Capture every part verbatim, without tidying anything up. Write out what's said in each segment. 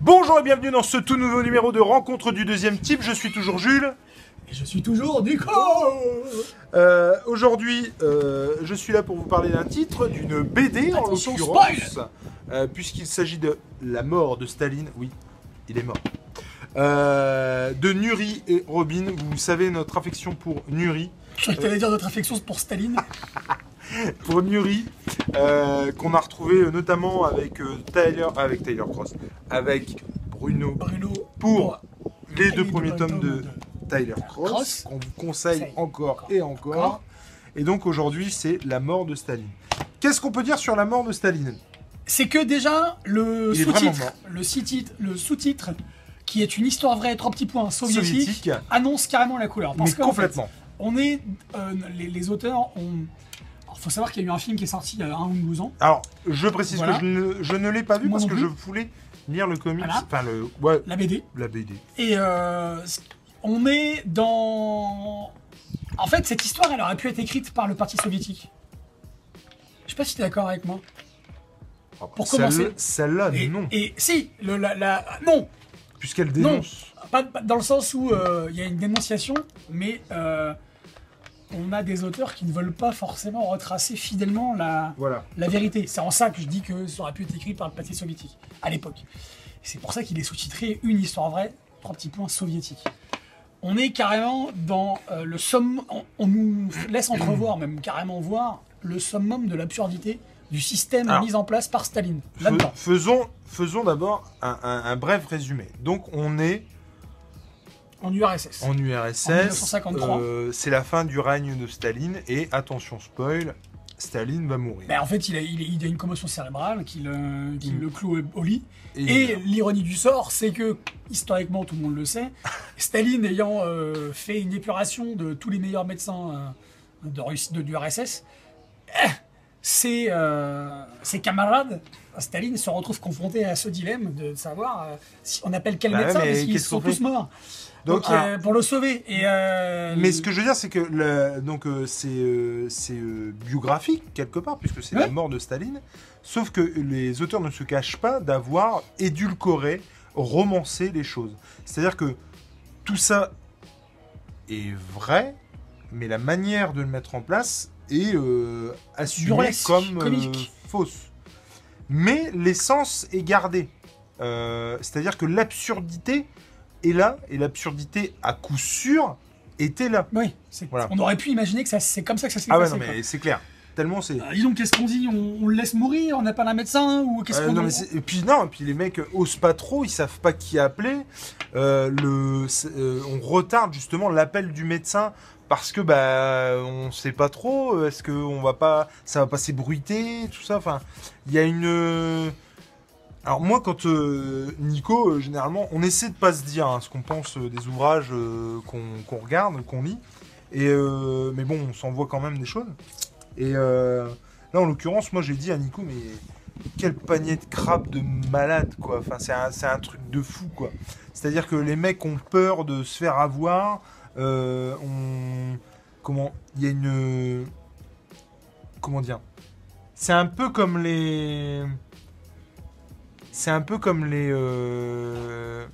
Bonjour et bienvenue dans ce tout nouveau numéro de Rencontre du deuxième type. Je suis toujours Jules. Et je suis toujours Nico. Euh, Aujourd'hui, euh, je suis là pour vous parler d'un titre, d'une B D en Attention, l'occurrence, euh, puisqu'il s'agit de La mort de Staline. Oui, il est mort. Euh, de Nuri et Robin. Vous savez notre affection pour Nuri. Je croyais que t'allais dire notre affection pour Staline. Pour Nuri, euh, qu'on a retrouvé euh, notamment avec euh, Tyler, avec Tyler Cross, avec Bruno, Bruno. pour les deux les premiers deux tomes de de Tyler Cross, Cross. qu'on vous conseille Conseille. encore et encore. Encore. Et donc aujourd'hui, c'est La mort de Staline. Qu'est-ce qu'on peut dire sur la mort de Staline? C'est que déjà le Il est vraiment sous-titre, mort. le sous-titre, le sous-titre, qui est une histoire vraie, trois petits points soviétique, Soviétique. annonce carrément la couleur. Parce Mais qu'en complètement. fait, on est, euh, les, les auteurs ont. Il faut savoir qu'il y a eu un film qui est sorti il y a un ou douze ans. Alors, je précise Voilà. que je ne, je ne l'ai pas vu Moi parce non que plus. je voulais lire le comics, Voilà. enfin le, ouais, La B D. la B D. Et euh, on est dans. En fait, cette histoire, elle aurait pu être écrite par le parti soviétique. Je sais pas si tu es d'accord avec moi. Pour Celle- commencer. Celle-là, Et, non, et si, le, la, la- non, puisqu'elle non, dénonce. pas, pas dans le sens où euh, il y a une dénonciation, mais euh, on a des auteurs qui ne veulent pas forcément retracer fidèlement la, Voilà. la vérité. C'est en ça que je dis que ça aurait pu être écrit par le parti soviétique, à l'époque. C'est pour ça qu'il est sous-titré Une histoire vraie, trois petits points soviétiques. On est carrément dans euh, le summum, on, on nous laisse entrevoir, même carrément voir, le summum de l'absurdité du système Alors, mis en place par Staline. Fe- Là-dedans. faisons, faisons d'abord un, un- un bref résumé. Donc, on est En U R S S. en U R S S. En mille neuf cent cinquante-trois. euh, c'est la fin du règne de Staline. Et attention, spoil, Staline va mourir. Ben, en fait, il a, il a- il a une commotion cérébrale qui le, qui Mm. le cloue au lit. Et, Et l'ironie du sort, c'est que, historiquement, tout le monde le sait, Staline ayant euh, fait une épuration de tous les meilleurs médecins euh, de, Russie, de l'U R S S, eh, ses, euh, ses camarades, Staline, se retrouvent confrontés à ce dilemme de savoir euh, si on appelle quel Bah ouais, médecin, mais parce qu'ils qu'est-ce sont qu'on fait tous morts. Donc, Donc, alors- euh, pour le sauver. Et, euh, mais ce que je veux dire, c'est que le- donc euh, c'est euh, c'est, euh, biographique quelque part, puisque c'est la Ouais. mort de Staline. Sauf que les auteurs ne se cachent pas d'avoir édulcoré, romancé les choses. C'est-à-dire que tout ça est vrai, mais la manière de le mettre en place est euh, assumée Burlesque, comme euh, comique. fausse. Mais l'essence est gardée. Euh, C'est-à-dire que l'absurdité est là, et l'absurdité à coup sûr était là. Oui, c'est- Voilà. on aurait pu imaginer que ça- c'est comme ça que ça s'est Ah ouais, passé. non, mais c'est clair. Tellement c'est. quoi. Euh, dis donc, qu'est-ce qu'on dit on, on le laisse mourir, on appelle un médecin ou qu'est-ce Euh, qu'on non, dit mais c'est- et puis non, et puis les mecs osent pas trop, ils savent pas qui appeler. Euh, le, c'est- euh, on retarde justement l'appel du médecin parce que bah on sait pas trop. Est-ce que on va pas, ça va pas s'ébruiter, tout ça. Enfin, il y a une. euh, Alors moi, quand euh, Nico, euh, généralement, on essaie de pas se dire hein, ce qu'on pense euh, des ouvrages euh, qu'on qu'on regarde, qu'on lit. Et euh, mais bon, on s'envoie quand même des choses. Et euh, là, en l'occurrence, moi, j'ai dit à Nico, mais quel panier de crabes de malade, quoi. Enfin, c'est un, c'est un truc de fou, quoi. C'est-à-dire que les mecs ont peur de se faire avoir. Euh, on... Comment... Il y a une... Comment dire? C'est un peu comme les... C'est un peu comme les... euh,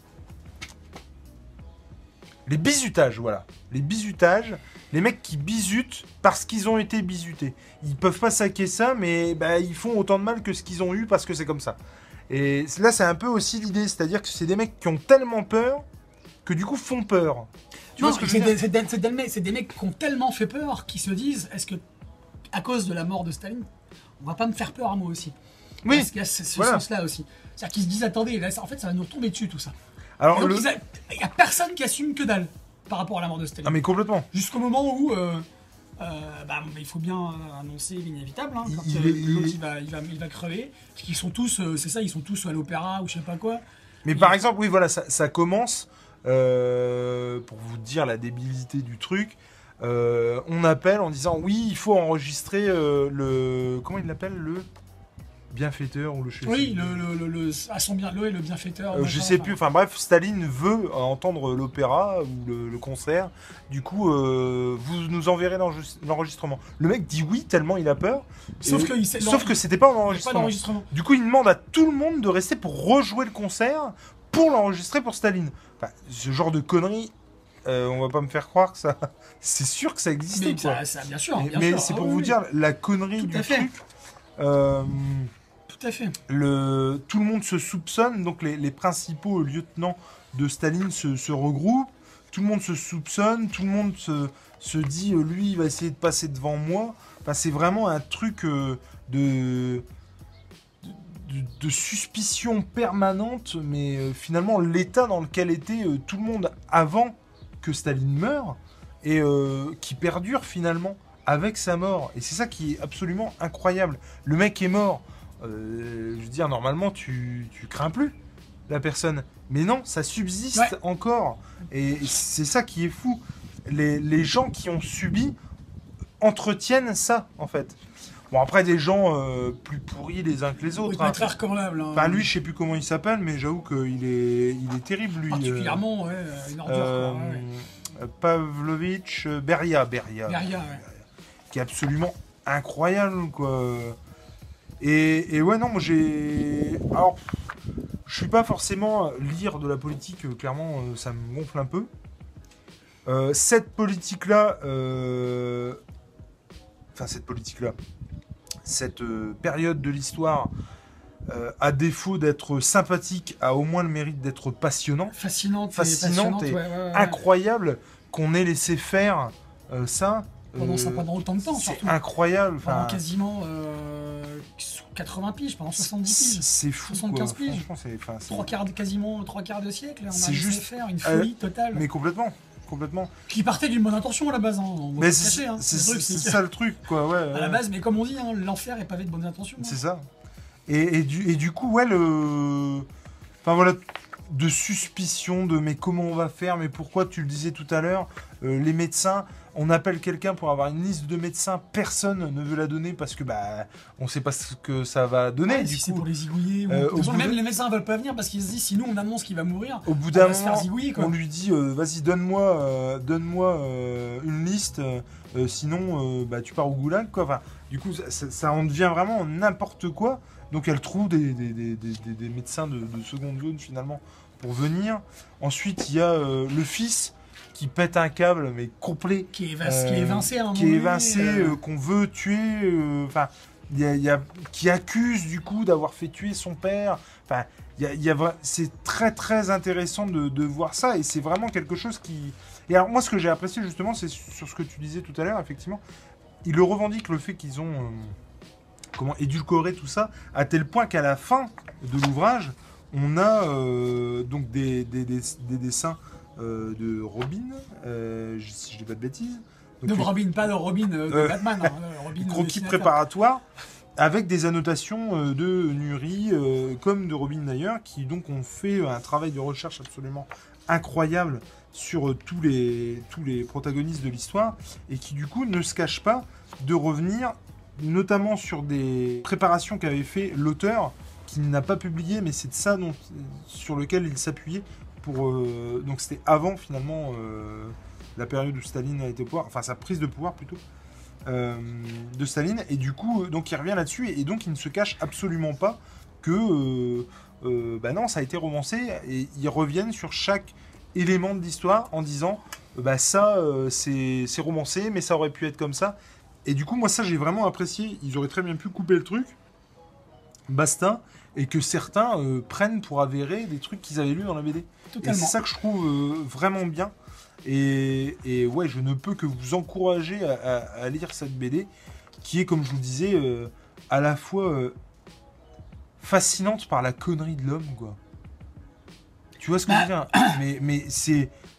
Les bizutages, voilà. Les bizutages, les mecs qui bisutent parce qu'ils ont été bisutés. Ils peuvent pas saquer ça, mais bah, ils font autant de mal que ce qu'ils ont eu parce que c'est comme ça. Et là, c'est un peu aussi l'idée, c'est-à-dire que c'est des mecs qui ont tellement peur que du coup font peur. Tu Non, vois ce que je c'est veux dire des, c'est des- c'est des mecs- c'est des mecs qui ont tellement fait peur qu'ils se disent est-ce que, à cause de la mort de Staline, on va pas me faire peur à moi aussi? Oui, Parce qu'il y a ce, ce voilà. sens-là aussi. C'est-à-dire qu'ils se disent attendez, là, ça- en fait, ça va nous retomber dessus tout ça. Alors, Et donc, le... ils a- il y a personne qui assume que dalle par rapport à la mort de Staline. Ah, mais complètement. Jusqu'au moment où euh, euh, bah, il faut bien euh, annoncer l'inévitable. Hein, quand Il- euh, il- l'autre il- il va, il, va, il va crever. Parce qu'ils sont tous, euh, c'est ça, ils sont tous à l'opéra ou je sais pas quoi. Mais Il- par exemple, oui, voilà, ça, ça commence, euh, pour vous dire la débilité du truc, euh, on appelle en disant, oui, il faut enregistrer euh, le... Comment il l'appelle le... bienfaiteur ou le chef. Oui, le, le, le, le, à son bien, le, le bienfaiteur. Euh, je sais plus, enfin bref, Staline veut entendre l'opéra ou le, le concert. Du coup, euh, vous nous enverrez l'enregistrement. Le mec dit oui tellement il a peur. Sauf et, que, il sauf que c'était pas en enregistrement. enregistrement. Du coup, il demande à tout le monde de rester pour rejouer le concert pour l'enregistrer pour Staline. Enfin, ce genre de conneries, euh, on va pas me faire croire que ça. C'est sûr que ça existait. Mais quoi. ça, ça, bien sûr. Mais, Bien mais sûr. c'est Ah, pour oui, vous oui. dire la connerie Tout du à fait. truc. Euh, Tout à fait. le, tout le monde se soupçonne, donc les, les principaux lieutenants de Staline se, se regroupent, tout le monde se soupçonne, tout le monde se, se dit euh, lui il va essayer de passer devant moi. Enfin, c'est vraiment un truc euh, de, de, de suspicion permanente, mais euh, finalement l'état dans lequel était euh, tout le monde avant que Staline meure et euh, qui perdure finalement avec sa mort. Et c'est ça qui est absolument incroyable. Le mec est mort. Euh, je veux dire, normalement, tu, tu crains plus la personne. Mais non, ça subsiste Ouais. encore. Et c'est ça qui est fou. Les, les gens qui ont subi entretiennent ça, en fait. Bon, après, des gens euh, plus pourris les uns que les Oui, autres. pas hein. très recommandable. Hein. Enfin, lui, je sais plus comment il s'appelle, mais j'avoue qu'il est, il est terrible, lui. Particulièrement, ouais, une ordure. Euh, quoi, ouais, ouais. Pavlovitch, euh, Beria, Beria. Beria, ouais. Qui est absolument incroyable, quoi. Et, et ouais, non, moi j'ai. Alors, je suis pas forcément à lire de la politique, euh, clairement, euh, ça me gonfle un peu. Euh, cette politique-là, euh... enfin, cette politique-là, cette euh, période de l'histoire, euh, à défaut d'être sympathique, a au moins le mérite d'être passionnante, Fascinante, fascinante et, et ouais, ouais, ouais. incroyable qu'on ait laissé faire euh, ça. Pendant, ça, Euh, pendant autant de temps, c'est surtout. incroyable. Pendant Enfin, quasiment euh, quatre-vingts piges, pendant soixante-dix c'est piges. c'est fou. soixante-quinze quoi. piges. Franchement, c'est. enfin, c'est- Trois quarts, de- quasiment trois quarts de siècle, on a C'est laissé juste- faire une folie totale. Mais complètement, complètement. Qui partait d'une bonne intention à la base, hein. On va Mais pas se c'est cacher, hein. c'est- Le truc, c'est c'est que- ça le truc, quoi. Ouais. À la ouais. base, mais comme on dit, hein, l'enfer est pavé de bonnes intentions. hein. C'est ça. Et, et du, et du coup, ouais, le. Enfin voilà, de suspicion, de mais comment on va faire, mais pourquoi, tu le disais tout à l'heure, euh, les médecins, on appelle quelqu'un pour avoir une liste de médecins, personne ne veut la donner parce que bah on sait pas ce que ça va donner. Ouais, du si c'est coup, pour les zigouiller. Ou... euh, De toute au façon, bout même de- les médecins veulent pas venir parce qu'ils se disent si nous on annonce qu'il va mourir, au bout on d'un va se faire moment, zigouiller quoi. on lui dit euh, vas-y donne-moi euh, donne-moi euh, une liste, euh, sinon euh, bah tu pars au goulag quoi. Enfin, du coup ça, ça, ça en devient vraiment n'importe quoi. Donc elle trouve des, des, des, des, des- des médecins de, de seconde zone finalement pour venir. Ensuite il y a euh, le fils qui pète un câble mais complet, Qui est, éva- qui est euh, évincé à un moment qui est donné, évincé, euh, euh, qu'on veut tuer, euh, enfin, il y a, il y a- qui accuse du coup d'avoir fait tuer son père. Enfin, il y a, il y a vra- c'est très très intéressant de, de voir ça et c'est vraiment quelque chose qui. Et alors moi, ce que j'ai apprécié justement, c'est sur ce que tu disais tout à l'heure, effectivement, ils le revendiquent le fait qu'ils ont euh, comment édulcoré tout ça à tel point qu'à la fin de l'ouvrage, on a euh, donc des, des, des, des dessins euh, de Robin, euh, si je dis pas de bêtises. Donc, De Robin, pas de Robin euh, de Euh, Batman. Hein, euh, Robin, le croquis dessinateur. préparatoires avec des annotations euh, de Nuri euh, comme de Robin d'ailleurs qui donc ont fait un travail de recherche absolument incroyable sur euh, tous les tous les protagonistes de l'histoire et qui du coup ne se cachent pas de revenir notamment sur des préparations qu'avait fait l'auteur qui n'a pas publié mais c'est de ça dont, sur lequel il s'appuyait pour euh, donc c'était avant finalement euh, la période où Staline a été au pouvoir, enfin sa prise de pouvoir plutôt, euh, de Staline, et du coup, euh, donc il revient là-dessus, et, et donc il ne se cache absolument pas que, euh, euh, bah non, ça a été romancé, et ils reviennent sur chaque élément de l'histoire en disant, euh, bah ça, euh, c'est c'est romancé, mais ça aurait pu être comme ça, et du coup, moi ça j'ai vraiment apprécié, ils auraient très bien pu couper le truc, basta, et que certains euh, prennent pour avérés des trucs qu'ils avaient lus dans la B D. Et Totalement. c'est ça que je trouve euh, vraiment bien. Et, et ouais, je ne peux que vous encourager à, à- à lire cette B D, qui est, comme je vous le disais, euh, à la fois euh, fascinante par la connerie de l'homme, quoi. Tu vois ce que je veux dire? Mais, mais c'est,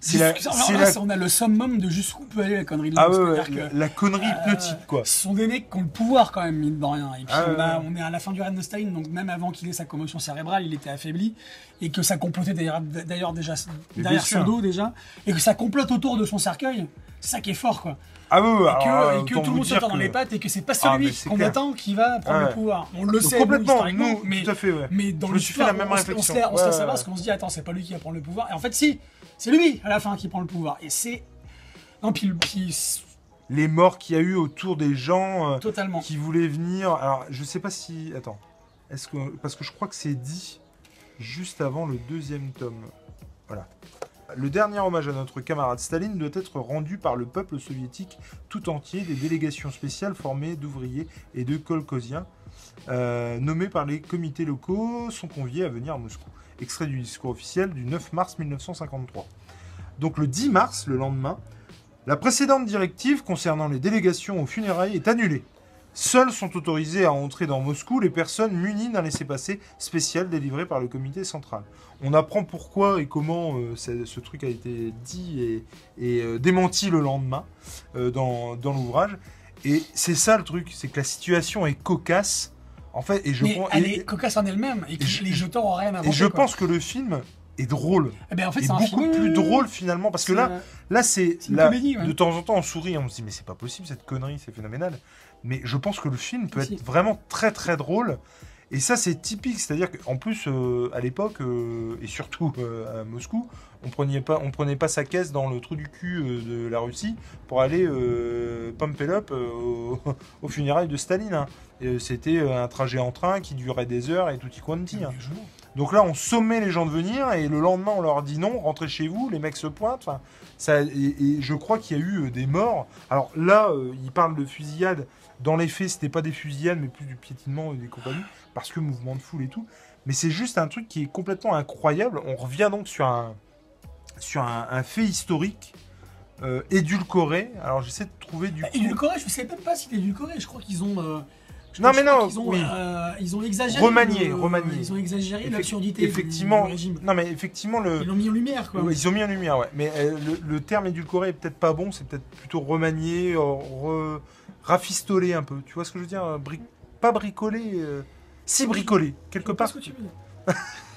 c'est la, Jusqu'à- c'est alors la, là, on a le summum de jusqu'où peut aller la connerie de ah l'homme. ouais, ouais, C'est-à-dire la, que, la connerie euh, hypnotique, quoi. Ce sont des mecs qui ont le pouvoir quand même, mine de rien. Et puis Ah on, a- ouais. on est à la fin du règne de Staline, donc même avant qu'il ait sa commotion cérébrale, il était affaibli. Et que ça complotait d'ailleurs, d'ailleurs déjà Mais derrière bien son sûr. dos déjà. Et que ça complote autour de son cercueil. C'est ça qui est fort, quoi. Ah ouais, ouais, Et alors, que, euh, et que autant tout le vous monde se dire tord dans que- les pattes et que c'est pas Ah, celui mais c'est qu'on clair. attend qui va prendre Ouais. le pouvoir. On le sait, Complètement, nous, historiquement, nous, mais, tout à fait, ouais. mais dans Je me suis fait la l'histoire, même on, se- on se réflexion. laisse, on se Ouais, laisse ouais, savoir ouais. parce qu'on se dit, attends, c'est pas lui qui va prendre le pouvoir. Et en fait, si, c'est lui à la fin qui prend le pouvoir. Et c'est. Non, puis, puis Les morts qu'il y a eu autour des gens euh, totalement. qui voulaient venir. Alors, je sais pas si. Attends. Est-ce que. Parce que je crois que c'est dit juste avant le deuxième tome. Voilà. Le dernier hommage à notre camarade Staline doit être rendu par le peuple soviétique tout entier. Des délégations spéciales formées d'ouvriers et de kolkhoziens, euh, nommés par les comités locaux, sont conviés à venir à Moscou. Extrait du discours officiel du neuf mars mille neuf cent cinquante-trois. Donc le dix mars, le lendemain, la précédente directive concernant les délégations aux funérailles est annulée. Seules sont autorisées à entrer dans Moscou les personnes munies d'un laissez-passer spécial délivré par le comité central. On apprend pourquoi et comment euh, ce, ce truc a été dit et, et euh, démenti le lendemain euh, dans, dans l'ouvrage. Et c'est ça le truc, c'est que la situation est cocasse. En fait, et je, Mais pense- elle et- est cocasse en elle-même et que et je- les jetons ont rien à et inventé, je quoi. pense que le film est drôle. Eh ben, en fait, Et c'est un beaucoup film- plus drôle finalement, parce que C'est, là, euh, Là, c'est C'est une là, comédie, ouais. de temps en temps, on sourit, on se dit mais c'est pas possible cette connerie, c'est phénoménal. Mais je pense que le film peut Si. être vraiment très très drôle. Et ça, c'est typique, c'est-à-dire qu'en plus, euh, à l'époque, euh, et surtout euh, à Moscou, on prenait pas, on prenait pas sa caisse dans le trou du cul euh, de la Russie pour aller euh, pump it up euh, au, aux funérailles de Staline. Hein. Et, euh, C'était euh, un trajet en train qui durait des heures et tutti quanti. Hein. Donc là, on sommait les gens de venir et le lendemain, on leur dit non, rentrez chez vous, les mecs se pointent. Enfin, ça, et, et je crois qu'il y a eu euh, des morts. Alors là, euh, ils parlent de fusillade. Dans les faits, c'était pas des fusillades, mais plus du piétinement et des compagnies, parce que mouvement de foule et tout. Mais c'est juste un truc qui est complètement incroyable. On revient donc sur un, sur un, un fait historique euh, édulcoré. Alors j'essaie de trouver du Bah, coup... édulcoré, je sais même pas si c'est édulcoré. Je crois qu'ils ont. euh, je Non, crois- mais je crois non, qu'ils ont, oui. euh, ils ont exagéré. Remanié, le- remanié. Ils ont exagéré Effect- l'absurdité du- effectivement, du régime. non mais effectivement le... Ils l'ont mis en lumière, quoi. Ouais, ils ont mis en lumière, ouais. Mais euh, le, le terme édulcoré est peut-être pas bon, c'est peut-être plutôt remanié, euh, re- rafistolé un peu. Tu vois ce que je veux dire? Bri- Pas bricolé, euh, si bricolé, quelque Je sais pas part. ce que tu veux dire.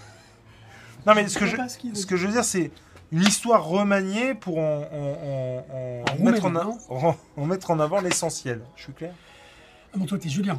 Non mais ce que Je je, sais pas ce qu'il veut ce que je veux dire, c'est une histoire remaniée pour en, en- en- en En mettre, en, roumain, a- en- en mettre en avant l'essentiel. Je suis clair? Ah non, toi, t'es Julien.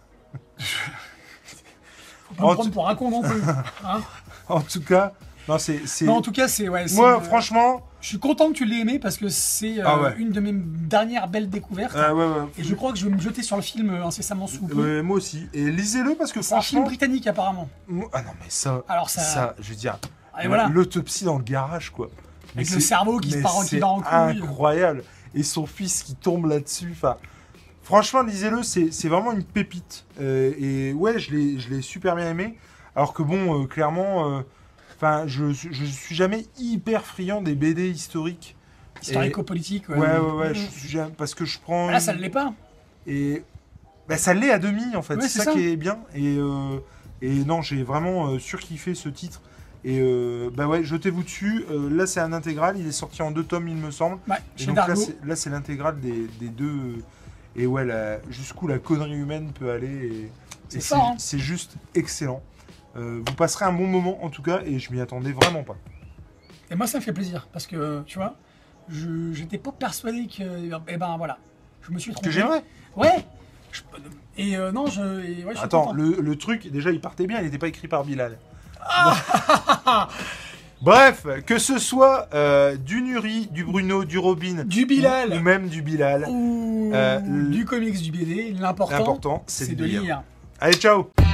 Faut pas En me prendre pour un con non plus. Hein. En tout cas, non, c'est... c'est- Non, en tout cas, c'est. Ouais, c'est Moi, une- franchement... Je suis content que tu l'aies aimé parce que c'est euh, Ah ouais. une de mes dernières belles découvertes. euh, ouais, ouais. Et je crois que je vais me jeter sur le film euh, incessamment sous peu. Ouais, moi aussi. Et lisez-le parce que C'est un film franchement... britannique, apparemment. moi- Ah non mais ça... Alors, ça. Ça, je veux dire... Et voilà. L'autopsie dans le garage, quoi. Mais Avec le c'est- cerveau qui se mais part en- qui c'est part en couille. incroyable. Et son fils qui tombe là-dessus. Enfin, franchement, lisez-le, c'est c'est vraiment une pépite. Euh, et ouais, je l'ai je l'ai super bien aimé. Alors que bon, euh, clairement, euh, enfin, je je suis jamais hyper friand des B D historiques. Historico-politique. Ouais, ouais, ouais. je suis jamais- parce que je prends. Ah, là, ça ne l'est pas. Et bah, ça l'est à demi en fait. Ouais, c'est c'est ça, ça. qui est bien. Et, euh, et non, j'ai vraiment euh, surkiffé ce titre. Et euh, bah ouais, jetez-vous dessus. Euh, là, c'est un intégral. Il est sorti en deux tomes, il me semble. Ouais, Et chez donc là, Dargo. c'est- là, c'est l'intégrale des, des deux. euh, Et ouais, la- jusqu'où la connerie humaine peut aller. Et, C'est et fort, hein. c'est juste excellent. Euh, vous passerez un bon moment en tout cas. Et je m'y attendais vraiment pas. Et moi, ça me fait plaisir parce que, tu vois, je j'étais pas persuadé que. Eh ben voilà, je me suis trompé. Que j'aimerais. Ouais. Je- Et euh, non, je. Et ouais, je suis Attends, content. le, le truc, déjà, il partait bien. Il n'était pas écrit par Bilal. Bref, que ce soit euh, du Nuri, du Bruno, du Robin, Du Bilal. ou, ou même du Bilal, Ou Euh, du comics du B D, l'important, l'important, c'est c'est de de lire. lire. Allez, ciao!